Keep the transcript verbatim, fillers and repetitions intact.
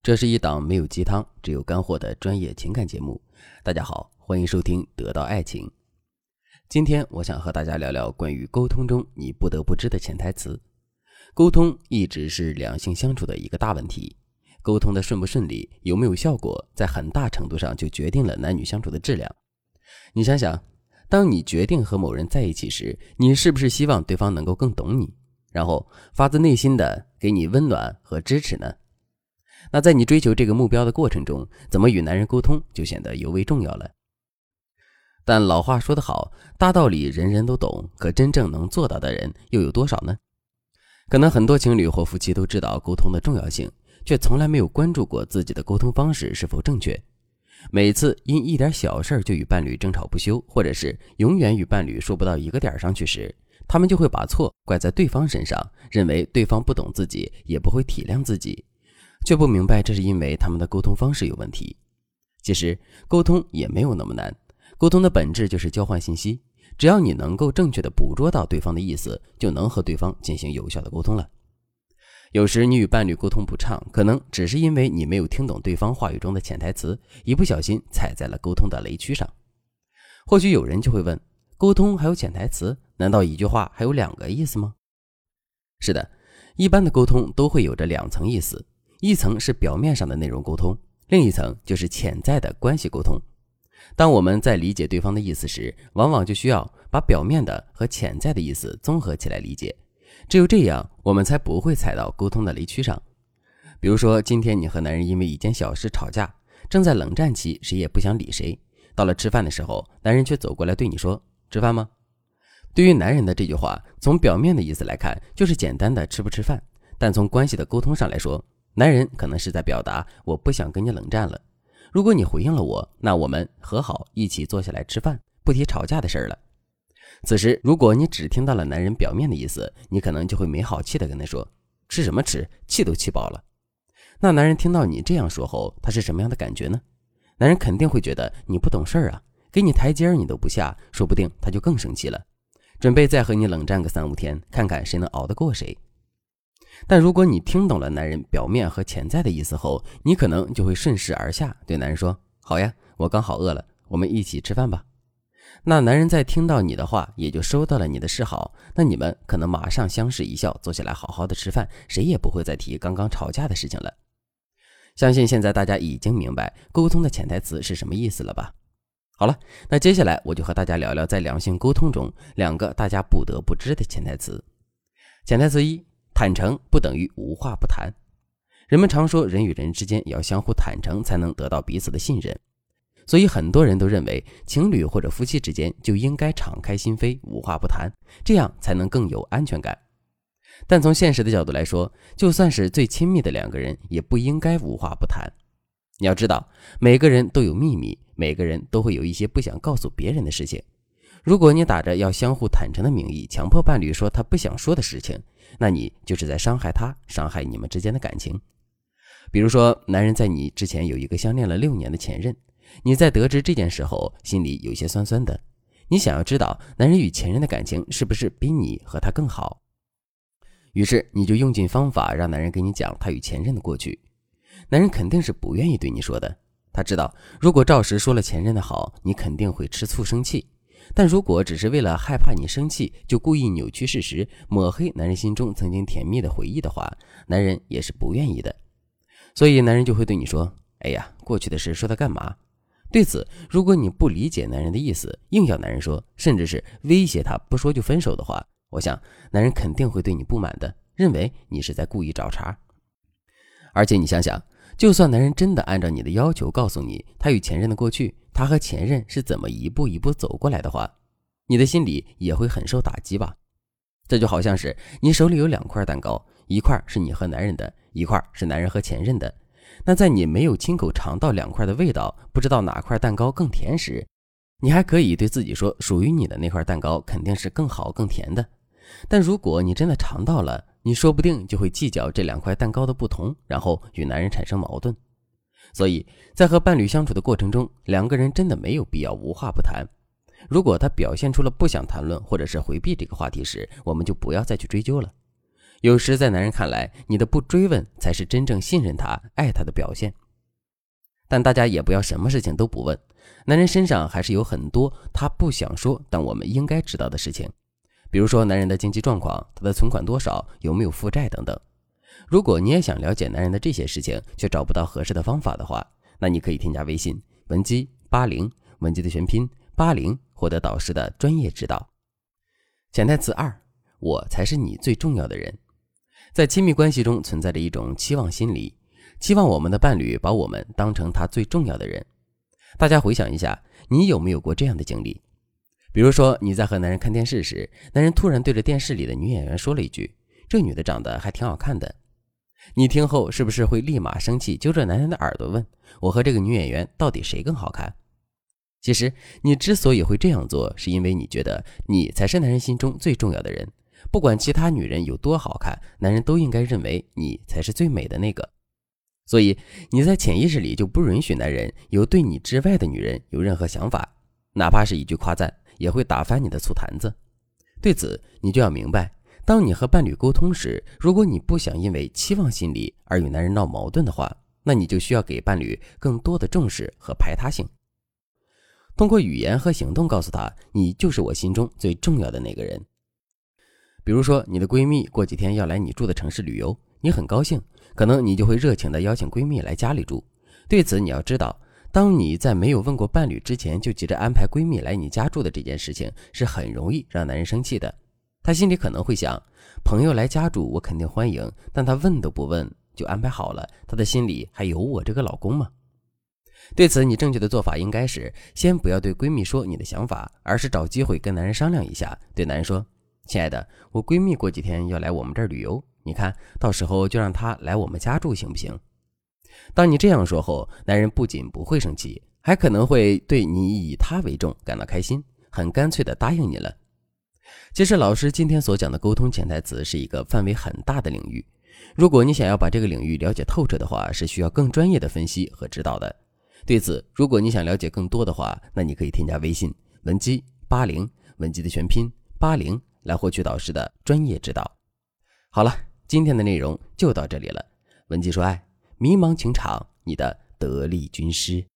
这是一档没有鸡汤，只有干货的专业情感节目。大家好，欢迎收听得到爱情。今天我想和大家聊聊关于沟通中你不得不知的潜台词。沟通一直是两性相处的一个大问题，沟通的顺不顺利，有没有效果，在很大程度上就决定了男女相处的质量。你想想，当你决定和某人在一起时，你是不是希望对方能够更懂你，然后发自内心的给你温暖和支持呢？那在你追求这个目标的过程中，怎么与男人沟通就显得尤为重要了。但老话说得好，大道理人人都懂，可真正能做到的人又有多少呢？可能很多情侣或夫妻都知道沟通的重要性，却从来没有关注过自己的沟通方式是否正确。每次因一点小事就与伴侣争吵不休，或者是永远与伴侣说不到一个点上去时，他们就会把错怪在对方身上，认为对方不懂自己，也不会体谅自己，却不明白这是因为他们的沟通方式有问题。其实沟通也没有那么难，沟通的本质就是交换信息，只要你能够正确的捕捉到对方的意思，就能和对方进行有效的沟通了。有时你与伴侣沟通不畅，可能只是因为你没有听懂对方话语中的潜台词，一不小心踩在了沟通的雷区上。或许有人就会问，沟通还有潜台词，难道一句话还有两个意思吗？是的，一般的沟通都会有着两层意思，一层是表面上的内容沟通，另一层就是潜在的关系沟通。当我们在理解对方的意思时，往往就需要把表面的和潜在的意思综合起来理解，只有这样，我们才不会踩到沟通的雷区上。比如说，今天你和男人因为一件小事吵架，正在冷战期，谁也不想理谁。到了吃饭的时候，男人却走过来对你说：“吃饭吗？”对于男人的这句话，从表面的意思来看，就是简单的吃不吃饭，但从关系的沟通上来说，男人可能是在表达我不想跟你冷战了，如果你回应了我，那我们和好，一起坐下来吃饭，不提吵架的事儿了。此时如果你只听到了男人表面的意思，你可能就会没好气的跟他说：“吃什么吃，气都气饱了。”那男人听到你这样说后，他是什么样的感觉呢？男人肯定会觉得你不懂事儿啊，给你台阶儿你都不下，说不定他就更生气了，准备再和你冷战个三五天，看看谁能熬得过谁。但如果你听懂了男人表面和潜在的意思后，你可能就会顺势而下，对男人说：“好呀，我刚好饿了，我们一起吃饭吧。”那男人在听到你的话，也就收到了你的示好，那你们可能马上相视一笑，坐下来好好的吃饭，谁也不会再提刚刚吵架的事情了。相信现在大家已经明白沟通的潜台词是什么意思了吧？好了，那接下来我就和大家聊聊在两性沟通中两个大家不得不知的潜台词。潜台词一，坦诚不等于无话不谈。人们常说人与人之间要相互坦诚才能得到彼此的信任，所以很多人都认为情侣或者夫妻之间就应该敞开心扉，无话不谈，这样才能更有安全感。但从现实的角度来说，就算是最亲密的两个人，也不应该无话不谈。你要知道，每个人都有秘密，每个人都会有一些不想告诉别人的事情。如果你打着要相互坦诚的名义，强迫伴侣说他不想说的事情，那你就是在伤害他，伤害你们之间的感情。比如说，男人在你之前有一个相恋了六年的前任，你在得知这件事后，心里有些酸酸的。你想要知道男人与前任的感情是不是比你和他更好，于是你就用尽方法让男人给你讲他与前任的过去。男人肯定是不愿意对你说的，他知道如果照实说了前任的好，你肯定会吃醋生气。但如果只是为了害怕你生气，就故意扭曲事实，抹黑男人心中曾经甜蜜的回忆的话，男人也是不愿意的。所以男人就会对你说：“哎呀，过去的事说它干嘛？”对此，如果你不理解男人的意思，硬要男人说，甚至是威胁他不说就分手的话，我想男人肯定会对你不满的，认为你是在故意找茬。而且你想想，就算男人真的按照你的要求告诉你他与前任的过去，他和前任是怎么一步一步走过来的话，你的心里也会很受打击吧。这就好像是你手里有两块蛋糕，一块是你和男人的，一块是男人和前任的。那在你没有亲口尝到两块的味道，不知道哪块蛋糕更甜时，你还可以对自己说，属于你的那块蛋糕肯定是更好更甜的。但如果你真的尝到了，你说不定就会计较这两块蛋糕的不同，然后与男人产生矛盾。所以在和伴侣相处的过程中，两个人真的没有必要无话不谈。如果他表现出了不想谈论或者是回避这个话题时，我们就不要再去追究了。 有时在男人看来，你的不追问才是真正信任他、爱他的表现。但大家也不要什么事情都不问，男人身上还是有很多他不想说但我们应该知道的事情，比如说男人的经济状况，他的存款多少，有没有负债等等。如果你也想了解男人的这些事情，却找不到合适的方法的话，那你可以添加微信文姬八零，文姬的全拼八零，获得导师的专业指导。潜台词二，我才是你最重要的人。在亲密关系中存在着一种期望心理，期望我们的伴侣把我们当成他最重要的人。大家回想一下，你有没有过这样的经历？比如说你在和男人看电视时，男人突然对着电视里的女演员说了一句，这女的长得还挺好看的。你听后是不是会立马生气，揪着男人的耳朵问，我和这个女演员到底谁更好看？其实你之所以会这样做，是因为你觉得你才是男人心中最重要的人，不管其他女人有多好看，男人都应该认为你才是最美的那个。所以你在潜意识里就不允许男人有对你之外的女人有任何想法，哪怕是一句夸赞，也会打翻你的醋坛子。对此你就要明白，当你和伴侣沟通时，如果你不想因为期望心理而与男人闹矛盾的话，那你就需要给伴侣更多的重视和排他性，通过语言和行动告诉他，你就是我心中最重要的那个人。比如说你的闺蜜过几天要来你住的城市旅游，你很高兴，可能你就会热情地邀请闺蜜来家里住。对此你要知道，当你在没有问过伴侣之前就急着安排闺蜜来你家住的这件事情，是很容易让男人生气的。他心里可能会想，朋友来家住我肯定欢迎，但他问都不问就安排好了，他的心里还有我这个老公吗？对此你正确的做法应该是，先不要对闺蜜说你的想法，而是找机会跟男人商量一下，对男人说，亲爱的，我闺蜜过几天要来我们这儿旅游，你看到时候就让她来我们家住行不行？当你这样说后，男人不仅不会生气，还可能会对你以他为重感到开心，很干脆地答应你了。其实老师今天所讲的沟通潜台词是一个范围很大的领域，如果你想要把这个领域了解透彻的话，是需要更专业的分析和指导的。对此，如果你想了解更多的话，那你可以添加微信文姬八零，文姬的全拼八零，来获取导师的专业指导。好了，今天的内容就到这里了。文姬说爱，迷茫情场，你的得力军师。